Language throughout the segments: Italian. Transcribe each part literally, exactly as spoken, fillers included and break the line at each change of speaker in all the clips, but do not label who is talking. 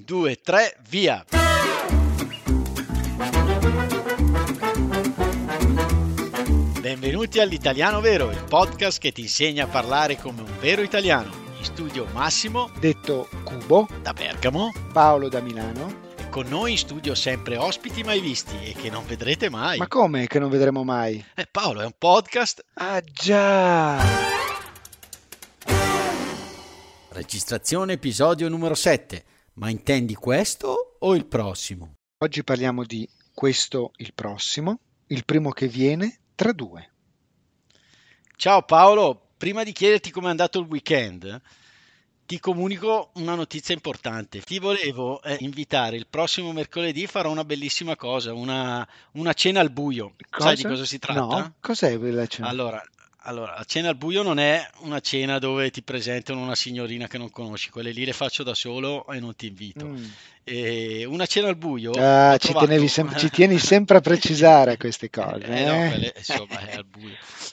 due, tre, via! Benvenuti all'Italiano Vero, il podcast che ti insegna a parlare come un vero italiano. In studio Massimo,
detto Cubo,
da Bergamo,
Paolo da Milano.
E con noi in studio sempre ospiti mai visti e che non vedrete mai.
Ma come che non vedremo mai?
Eh, Paolo, è un podcast.
Ah già!
Registrazione episodio numero sette. Ma intendi questo o il prossimo?
Oggi parliamo di questo, il prossimo, il primo che viene tra due.
Ciao Paolo, prima di chiederti come è andato il weekend, ti comunico una notizia importante. Ti volevo eh, invitare il prossimo mercoledì, farò una bellissima cosa, una, una cena al buio.
Cosa?
Sai di cosa si tratta?
No, cos'è quella cena?
Allora, allora, la cena al buio non è una cena dove ti presentano una signorina che non conosci, quelle lì le faccio da solo e non ti invito.
Mm.
E una cena al buio,
Ah,
ho
ci,
trovato...
tenevi sem- ci tieni sempre a precisare queste cose.
Eh, no,
Eh?
quelle, insomma, è al buio.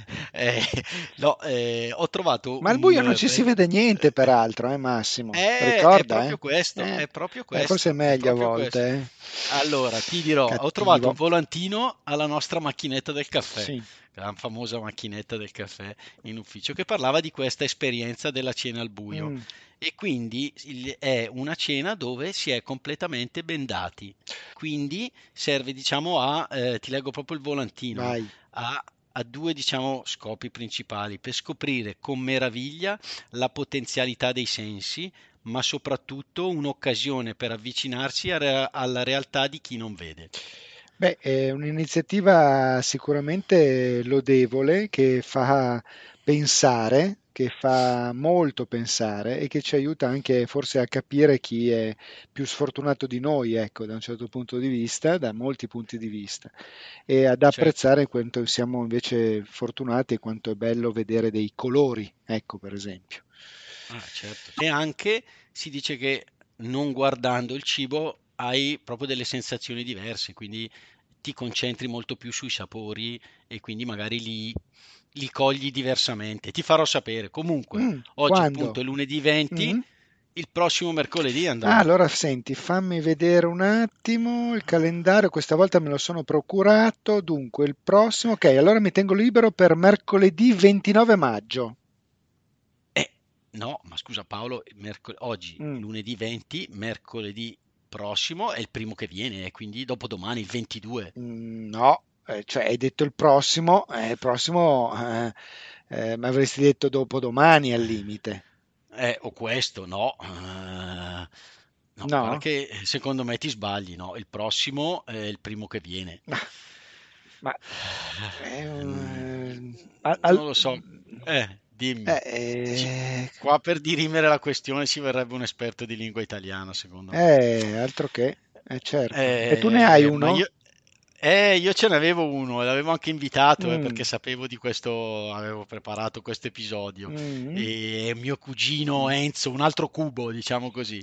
Eh, no, eh, ho trovato
Ma al buio non
un...
ci si
bel-
vede niente, peraltro, eh, Massimo?
Eh, è
Ricorda,
proprio
eh?
questo,
Eh,
è proprio
eh, forse è
questo, è
meglio a
proprio questo.
volte, eh?
Allora, ti dirò, ho trovato un
Cattivo.
volantino alla nostra macchinetta del caffè,
Sì.
la famosa macchinetta del caffè in ufficio, che parlava di questa esperienza della cena al buio.
Mm.
E quindi il- è una cena dove si è completamente bendati. Quindi serve, diciamo, a, eh, ti leggo proprio il volantino,
Vai.
a, a due, diciamo, scopi principali, per scoprire con meraviglia la potenzialità dei sensi, ma soprattutto un'occasione per avvicinarsi a re- alla realtà di chi non vede.
Beh, è un'iniziativa sicuramente lodevole che fa pensare, che fa molto pensare e che ci aiuta anche forse a capire chi è più sfortunato di noi, ecco, da un certo punto di vista, da molti punti di vista, e ad
Certo.
apprezzare quanto siamo invece fortunati e quanto è bello vedere dei colori, ecco, per esempio.
Ah, certo. E anche si dice che non guardando il cibo hai proprio delle sensazioni diverse, quindi ti concentri molto più sui sapori e quindi magari li, li cogli diversamente. Ti farò sapere. Comunque,
Mm,
oggi
quando?
appunto è lunedì venti,
Mm?
il prossimo mercoledì
Ah,
andrò.
allora senti, fammi vedere un attimo il calendario, questa volta me lo sono procurato, dunque il prossimo, ok, allora mi tengo libero per mercoledì ventinove maggio.
Eh, no, ma scusa Paolo, mercol- oggi
Mm,
lunedì venti, mercoledì prossimo è il primo che viene, e quindi dopodomani il ventidue.
mm, no, eh, cioè hai detto il prossimo, eh, il prossimo eh, eh, mi avresti detto dopodomani al limite.
Eh, o questo, no. eh, no, guarda
No?
che secondo me ti sbagli, no? Il prossimo è il primo che viene.
Ma, ma, eh,
Mm,
al- al-
non lo so. Eh, dimmi.
eh,
Ci-
eh,
Qua per dirimere la questione ci verrebbe un esperto di lingua italiana, secondo me.
eh, altro che, eh, certo. E tu ne hai
Eh, ma
uno?
io, eh, io ce n'avevo uno, e l'avevo anche invitato, eh, perché
Mm,
sapevo di questo, avevo preparato questo episodio.
mm.
E mio cugino
Mm.
Enzo, un altro cubo, diciamo così,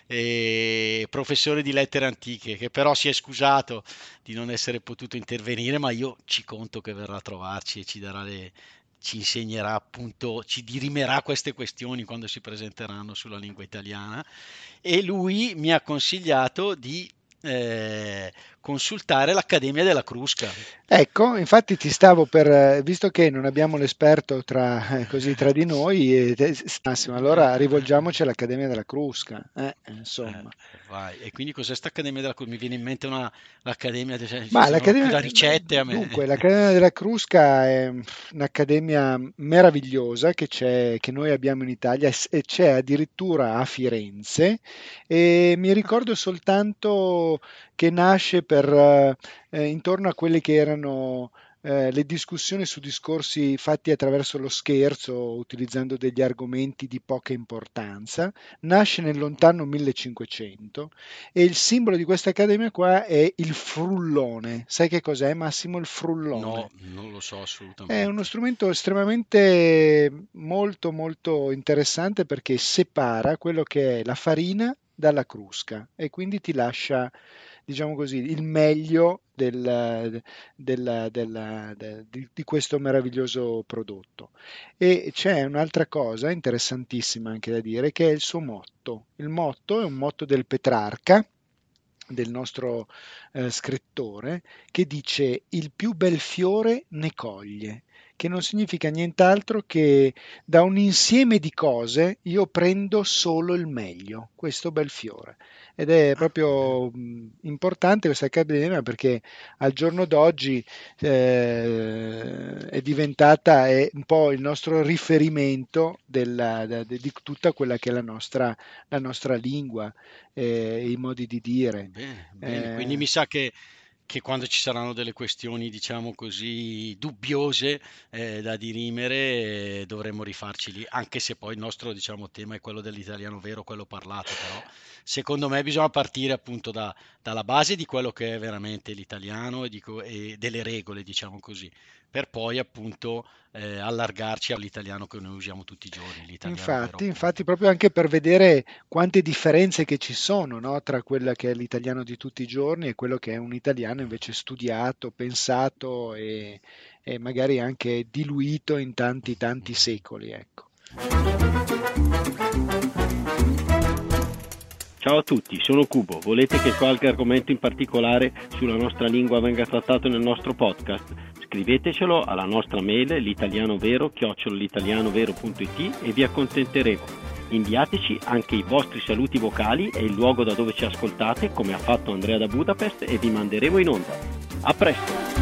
e professore di lettere antiche, che però si è scusato di non essere potuto intervenire, ma io ci conto che verrà a trovarci e ci darà le, ci insegnerà appunto, ci dirimerà queste questioni quando si presenteranno sulla lingua italiana. E lui mi ha consigliato di eh, consultare l'Accademia della Crusca.
Ecco, infatti ti stavo per, eh, visto che non abbiamo l'esperto tra, eh, così tra di noi, eh, te- s- Massimo, allora rivolgiamoci all'Accademia della Crusca, eh,
Eh,
insomma.
vai. E quindi cos'è sta Accademia della Crusca? Mi viene in mente una, l'Accademia, cioè, ci
Ma
sembrano più
l'Accademia,
da ricette a me.
dunque, l'Accademia della Crusca è un'accademia meravigliosa che c'è, che noi abbiamo in Italia e s- e c'è addirittura a Firenze e mi ricordo soltanto che nasce per, eh, eh, intorno a quelle che erano eh, le discussioni su discorsi fatti attraverso lo scherzo, utilizzando degli argomenti di poca importanza. Nasce nel lontano millecinquecento e il simbolo di questa accademia qua è il frullone. Sai che cos'è, Massimo? Il
No,
frullone.
non lo so
È uno
assolutamente.
strumento estremamente molto molto interessante perché separa quello che è la farina dalla Crusca e quindi ti lascia, diciamo così, il meglio del- del- del- de- di, di questo meraviglioso prodotto. E c'è un'altra cosa interessantissima anche da dire, che è il suo motto. Il motto è un motto del Petrarca, del nostro eh, scrittore, che dice il più bel fiore ne coglie, che non significa nient'altro che da un insieme di cose io prendo solo il meglio, questo bel fiore. Ed è
Ah, bene.
proprio mh, importante questa accademia perché al giorno d'oggi eh, è diventata è un po' il nostro riferimento della- da- di tutta quella che è la nostra, la nostra lingua, eh, i modi di dire.
Bene, bene. Quindi
Eh,
mi sa che, che quando ci saranno delle questioni, diciamo così, dubbiose eh, da dirimere, eh, dovremmo rifarci lì, anche se poi il nostro, diciamo, tema è quello dell'italiano vero, quello parlato, però secondo me bisogna partire appunto da- dalla base di quello che è veramente l'italiano e, di co- e delle regole, diciamo così, per poi appunto eh, allargarci all'italiano che noi usiamo tutti i giorni, l'italiano vero,
infatti, infatti,
appunto.
proprio anche per vedere quante differenze che ci sono, no, tra quella che è l'italiano di tutti i giorni e quello che è un italiano invece studiato, pensato e, e magari anche diluito in tanti, tanti secoli, ecco.
Ciao a tutti, sono Cubo. Volete che qualche argomento in particolare sulla nostra lingua venga trattato nel nostro podcast? Scrivetecelo alla nostra mail l'italianovero chiocciola l'italianovero punto it e vi accontenteremo. Inviateci anche i vostri saluti vocali e il luogo da dove ci ascoltate, come ha fatto Andrea da Budapest, e vi manderemo in onda. A presto!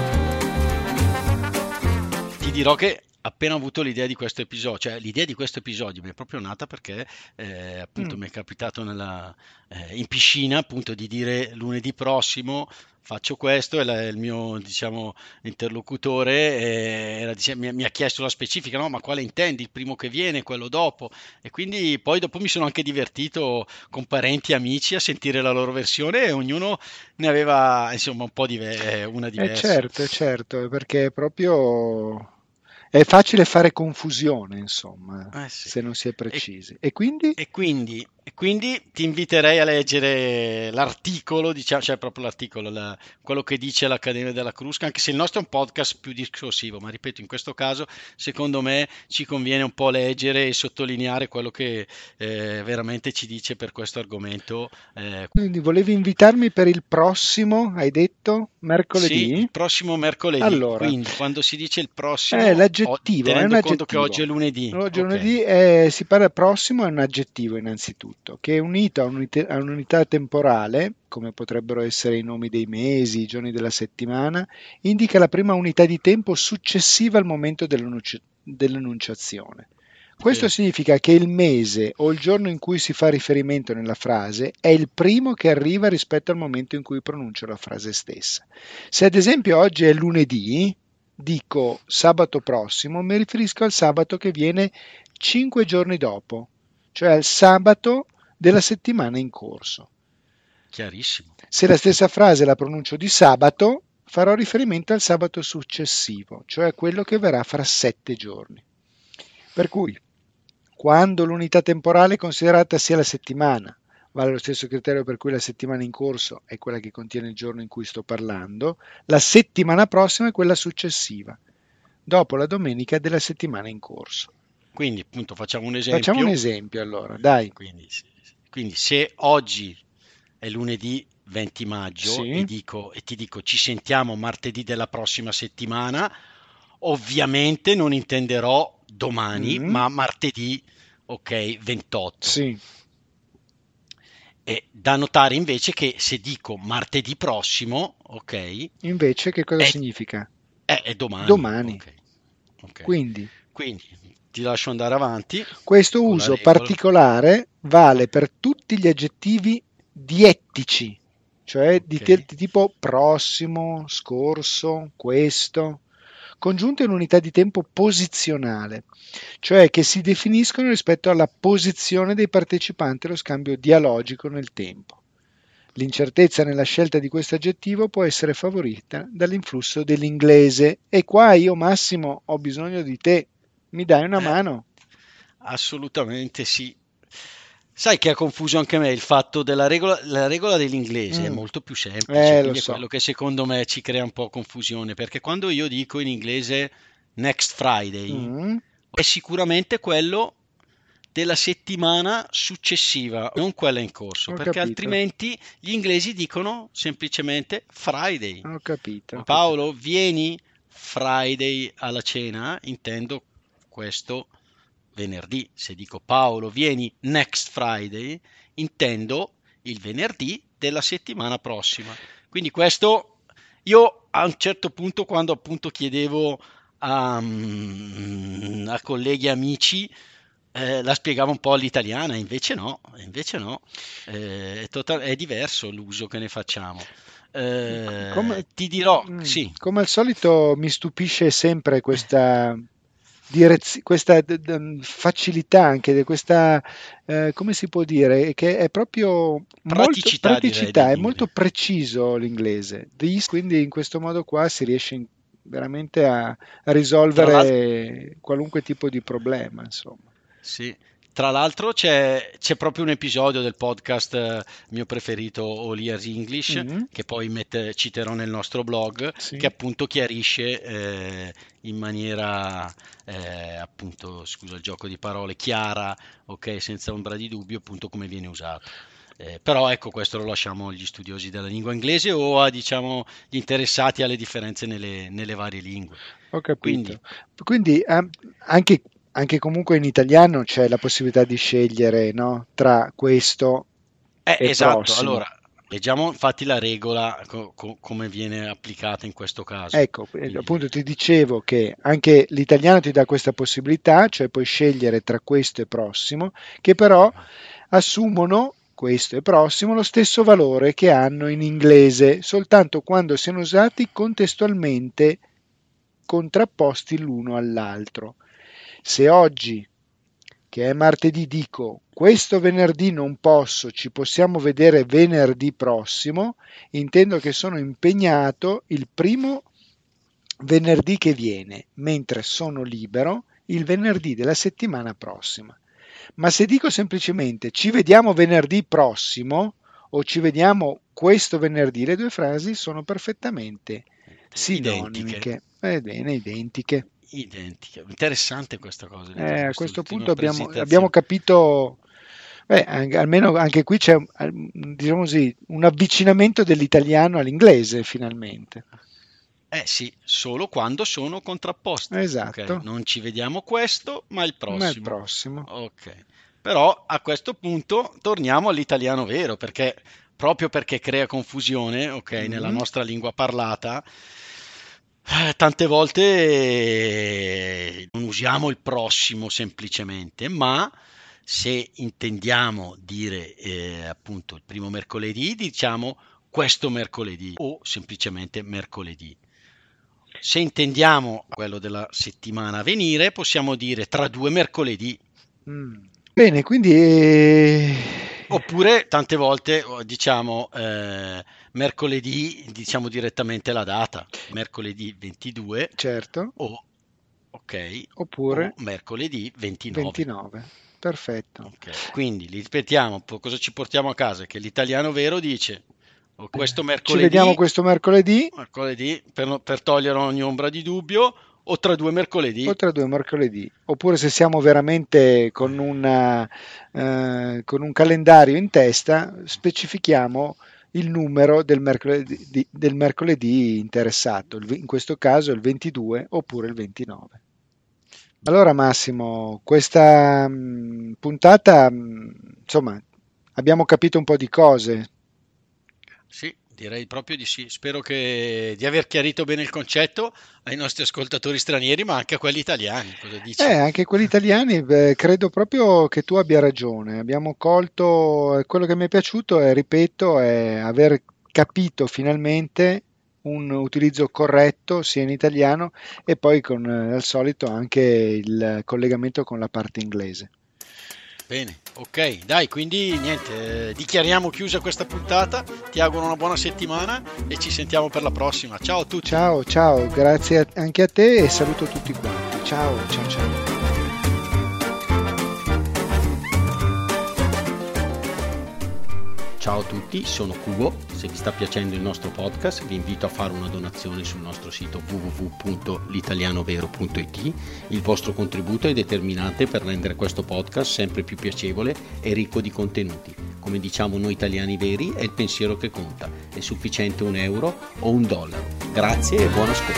Ti dirò che appena ho avuto l'idea di questo episodio, cioè l'idea di questo episodio mi è proprio nata perché eh, appunto
Mm.
mi è capitato nella, eh, in piscina appunto di dire lunedì prossimo faccio questo e la- il mio diciamo interlocutore eh, era- dice- mi, mi ha chiesto la specifica, no, ma quale intendi? Il primo che viene, quello dopo? E quindi poi dopo mi sono anche divertito con parenti e amici a sentire la loro versione e ognuno ne aveva insomma un po' dive- eh, una
Eh
diversa.
certo, certo, perché proprio è facile fare confusione, insomma,
Eh sì.
se non si è
E,
precisi. E quindi?
e quindi, e quindi ti inviterei a leggere l'articolo, diciamo, cioè proprio l'articolo, la- quello che dice l'Accademia della Crusca, anche se il nostro è un podcast più discorsivo, ma ripeto, in questo caso, secondo me, ci conviene un po' leggere e sottolineare quello che eh, veramente ci dice per questo argomento. eh,
Quindi volevi invitarmi per il prossimo, hai detto?
Sì,
Mercoledì?
il prossimo mercoledì,
Allora,
quindi quando si dice il
è
prossimo, ho-
l'aggettivo, è un
tenendo conto che oggi
aggettivo.
è lunedì,
Oggi è
ok,
lunedì è- si parla prossimo, è un aggettivo innanzitutto, che è unito a un'unità, a un'unità temporale, come potrebbero essere i nomi dei mesi, i giorni della settimana, indica la prima unità di tempo successiva al momento dell'enuncia- dell'enunciazione. Questo
sì,
significa che il mese o il giorno in cui si fa riferimento nella frase è il primo che arriva rispetto al momento in cui pronuncio la frase stessa. Se ad esempio oggi è lunedì, dico sabato prossimo, mi riferisco al sabato che viene cinque giorni dopo, cioè al sabato della settimana in corso.
chiarissimo.
Se la stessa frase la pronuncio di sabato, farò riferimento al sabato successivo, cioè quello che verrà fra sette giorni. Per cui, quando l'unità temporale è considerata sia la settimana, vale lo stesso criterio per cui la settimana in corso è quella che contiene il giorno in cui sto parlando, la settimana prossima è quella successiva, dopo la domenica della settimana in corso.
Quindi, appunto, facciamo un
Facciamo un
esempio.
esempio allora, dai.
Quindi, se- quindi se oggi è lunedì venti maggio e
Sì.
dico, e ti dico ci sentiamo martedì della prossima settimana, ovviamente non intenderò domani,
Mm,
ma martedì, ok, ventotto.
sì.
E da notare invece che se dico martedì prossimo, ok,
Invece che cosa
è,
significa?
è- è domani,
Domani.
ok, ok.
Quindi
Quindi ti lascio andare avanti
questo
con la
uso
regola.
particolare vale per tutti gli aggettivi diettici, cioè di,
Ok,
te- di tipo prossimo, scorso, questo, congiunte in unità di tempo posizionale, cioè che si definiscono rispetto alla posizione dei partecipanti allo scambio dialogico nel tempo. L'incertezza nella scelta di questo aggettivo può essere favorita dall'influsso dell'inglese. E qua io, Massimo, ho bisogno di te. Mi dai una
eh,
mano?
assolutamente sì. Sai che ha confuso anche me il fatto della regola, la regola dell'inglese è
Mm.
molto più semplice,
Eh, lo
quindi è
so.
quello che secondo me ci crea un po' confusione, perché quando io dico in inglese next Friday,
Mm,
è sicuramente quello della settimana successiva, non quella in corso,
ho
perché
capito,
altrimenti gli inglesi dicono semplicemente Friday.
ho capito.
Paolo, vieni Friday alla cena, intendo questo venerdì. Se dico Paolo, vieni next Friday, intendo il venerdì della settimana prossima. Quindi questo io a un certo punto, quando appunto chiedevo a, mm, a colleghi e amici, eh, la spiegavo un po' all'italiana, invece no, invece no, eh, è, total- è diverso l'uso che ne facciamo.
Come,
Eh, ti dirò,
mm,
sì,
come al solito mi stupisce sempre questa, direz- questa d- d- facilità anche, di questa, eh, come si può dire, che è proprio molto
praticità direi
praticità, è molto
dell'inglese.
preciso l'inglese. This, quindi in questo modo qua si riesce in- veramente a, a
Tra l'altro,
risolvere qualunque tipo di problema, insomma.
sì. Tra l'altro c'è, c'è proprio un episodio del podcast eh, mio preferito, All Ears English,
Mm,
che poi mette- citerò nel nostro blog, che
sì.
appunto chiarisce eh, in maniera, eh, appunto, scusa il gioco di parole, chiara, ok, senza ombra di dubbio, appunto come viene usato. Eh, però ecco, questo lo lasciamo agli studiosi della lingua inglese o a, diciamo, gli interessati alle differenze nelle, nelle varie lingue.
Ho
Quindi,
capito. Quindi am- anche, anche comunque in italiano c'è la possibilità di scegliere, no? Tra questo
Eh,
e
esatto,
prossimo.
allora leggiamo infatti la regola co- co- come viene applicata in questo caso.
Ecco, eh,
Quindi,
appunto ti dicevo che anche l'italiano ti dà questa possibilità, cioè puoi scegliere tra questo e prossimo, che però assumono questo e prossimo lo stesso valore che hanno in inglese, soltanto quando siano usati contestualmente contrapposti l'uno all'altro. Se oggi, che è martedì, dico questo venerdì non posso, ci possiamo vedere venerdì prossimo, intendo che sono impegnato il primo venerdì che viene, mentre sono libero il venerdì della settimana prossima. Ma se dico semplicemente ci vediamo venerdì prossimo o ci vediamo questo venerdì, le due frasi sono perfettamente
identiche,
sinonimiche, ebbene, identiche.
identiche. Interessante questa cosa,
Eh, a questo
quest'ultima
punto abbiamo, abbiamo
presentazione.
capito, beh, anche- almeno anche qui c'è, un- diciamo così, un avvicinamento dell'italiano all'inglese finalmente.
Eh sì, solo quando sono contrapposti, ok?
Esatto,
Non ci vediamo questo, ma il
ma il
prossimo.
prossimo.
Ok. Però a questo punto torniamo all'italiano vero, perché proprio perché crea confusione, ok, nella
Mm,
nostra lingua parlata, eh, tante volte eh, non usiamo il prossimo semplicemente, ma se intendiamo dire eh, appunto il primo mercoledì, diciamo questo mercoledì o semplicemente mercoledì. Se intendiamo quello della settimana a venire, possiamo dire tra due mercoledì.
mm. Bene, quindi eh,
Oppure tante volte oh, diciamo eh, mercoledì, diciamo direttamente la data, mercoledì ventidue
certo,
o, ok, o
oppure
mercoledì ventinove.
ventinove. Perfetto.
Ok, quindi li ripetiamo, po- cosa ci portiamo a casa? Che l'italiano vero dice o questo
Ci vediamo
mercoledì,
questo mercoledì
mercoledì per, no- per togliere ogni ombra di dubbio, o tra due mercoledì.
o tra due mercoledì. Oppure se siamo veramente con, una, eh, con un calendario in testa, specifichiamo il numero del mercoledì, di- del mercoledì interessato, il ve- in questo caso il ventidue oppure il ventinove. Allora Massimo, questa mh, puntata, mh, insomma, abbiamo capito un po' di cose.
Sì, direi proprio di sì. Spero che, di aver chiarito bene il concetto ai nostri ascoltatori stranieri, ma anche a quelli italiani. Cosa
Eh,
dici?
anche quelli italiani, beh, credo proprio che tu abbia ragione. Abbiamo colto, eh, quello che mi è piaciuto, è, ripeto, è aver capito finalmente un utilizzo corretto sia in italiano e poi con, eh, al solito, anche il collegamento con la parte inglese.
Bene, ok, dai, quindi niente, eh, dichiariamo chiusa questa puntata. Ti auguro una buona settimana e ci sentiamo per la prossima. Ciao a tutti.
Ciao, ciao, grazie a- anche a te e saluto tutti quanti. Ciao, ciao, ciao.
Ciao a tutti, sono Cubo. Se vi sta piacendo il nostro podcast vi invito a fare una donazione sul nostro sito w w w punto l'italianovero punto i t. Il vostro contributo è determinante per rendere questo podcast sempre più piacevole e ricco di contenuti. Come diciamo noi italiani veri, è il pensiero che conta. È sufficiente un euro o un dollaro. Grazie e buon ascolto.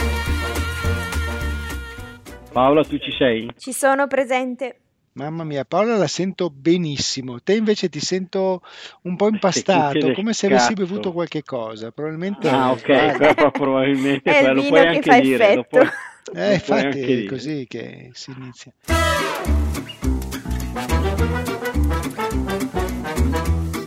Paola, tu ci sei?
Ci sono presente.
Mamma mia, Paola la sento benissimo, te invece ti sento un po' impastato, come se avessi
cazzo.
bevuto qualche cosa, probabilmente...
Ah, ok, quello probabilmente
È il
quello
vino
puoi
che
anche
fa
dire. Lo
effetto.
puoi,
Eh,
lo puoi
infatti
anche
è
dire.
così che si inizia.